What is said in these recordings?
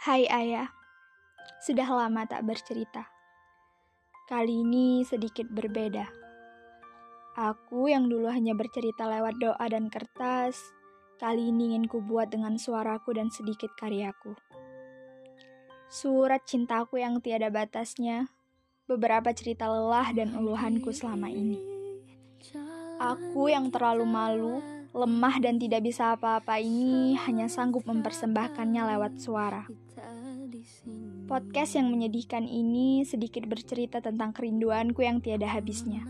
Hai ayah, sudah lama tak bercerita. Kali ini sedikit berbeda. Aku yang dulu hanya bercerita lewat doa dan kertas, kali ini ingin kubuat dengan suaraku dan sedikit karyaku. Surat cintaku yang tiada batasnya, beberapa cerita lelah dan uluhanku selama ini. Aku yang terlalu malu, lemah dan tidak bisa apa-apa ini hanya sanggup mempersembahkannya lewat suara. Podcast yang menyedihkan ini sedikit bercerita tentang kerinduanku yang tiada habisnya.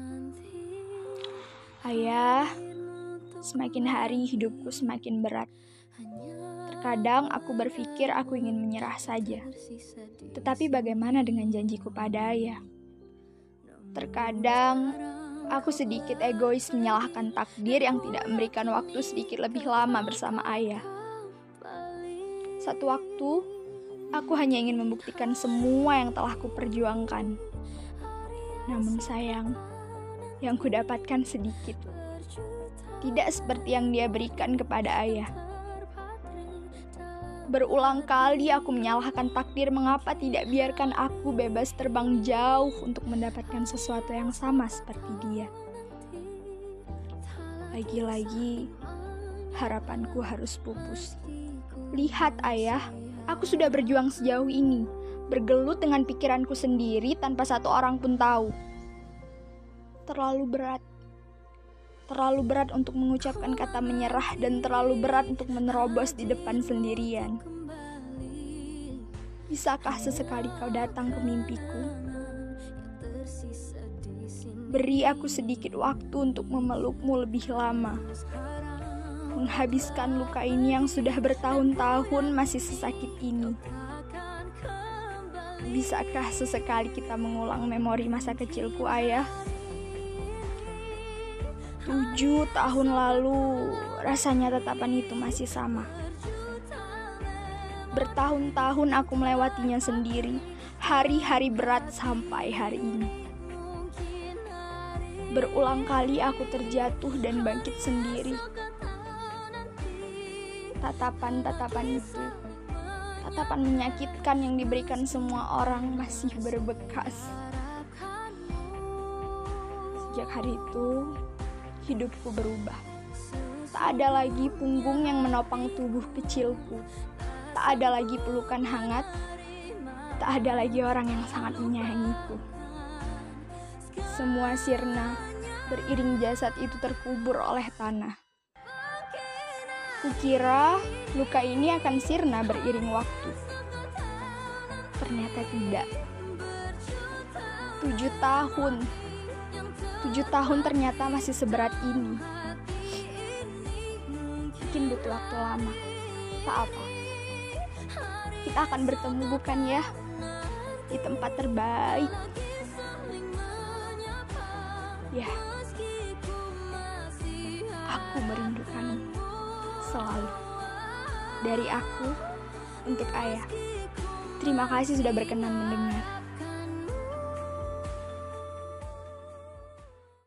Ayah, semakin hari hidupku semakin berat. Terkadang aku berpikir aku ingin menyerah saja. Tetapi bagaimana dengan janjiku pada ayah? Terkadang aku sedikit egois menyalahkan takdir yang tidak memberikan waktu sedikit lebih lama bersama ayah. Satu waktu, aku hanya ingin membuktikan semua yang telah kuperjuangkan. Namun sayang, yang kudapatkan sedikit. Tidak seperti yang dia berikan kepada ayah. Berulang kali aku menyalahkan takdir mengapa tidak biarkan aku bebas terbang jauh untuk mendapatkan sesuatu yang sama seperti dia. Lagi-lagi, harapanku harus pupus. Lihat ayah, aku sudah berjuang sejauh ini, bergelut dengan pikiranku sendiri tanpa satu orang pun tahu. Terlalu berat untuk mengucapkan kata menyerah dan terlalu berat untuk menerobos di depan sendirian. Bisakah sesekali kau datang ke mimpiku? Beri aku sedikit waktu untuk memelukmu lebih lama. Menghabiskan luka ini yang sudah bertahun-tahun masih sesakit ini. Bisakah sesekali kita mengulang memori masa kecilku, ayah? 7 tahun lalu, rasanya tatapan itu masih sama. Bertahun-tahun aku melewatinya sendiri, hari-hari berat sampai hari ini. Berulang kali aku terjatuh dan bangkit sendiri. Tatapan-tatapan itu, tatapan menyakitkan yang diberikan semua orang masih berbekas. Sejak hari itu, hidupku berubah. Tak ada lagi punggung yang menopang tubuh kecilku. Tak ada lagi pelukan hangat. Tak ada lagi orang yang sangat menyayangiku. Semua sirna, beriring jasad itu terkubur oleh tanah. Kukira luka ini akan sirna beriring waktu. Ternyata tidak. 7 tahun ternyata masih seberat ini. Mungkin butuh waktu lama. Tak apa. Kita akan bertemu bukan ya? Di tempat terbaik. Ya. Aku merindukanmu. Selalu. Dari aku untuk ayah. Terima kasih sudah berkenan mendengar.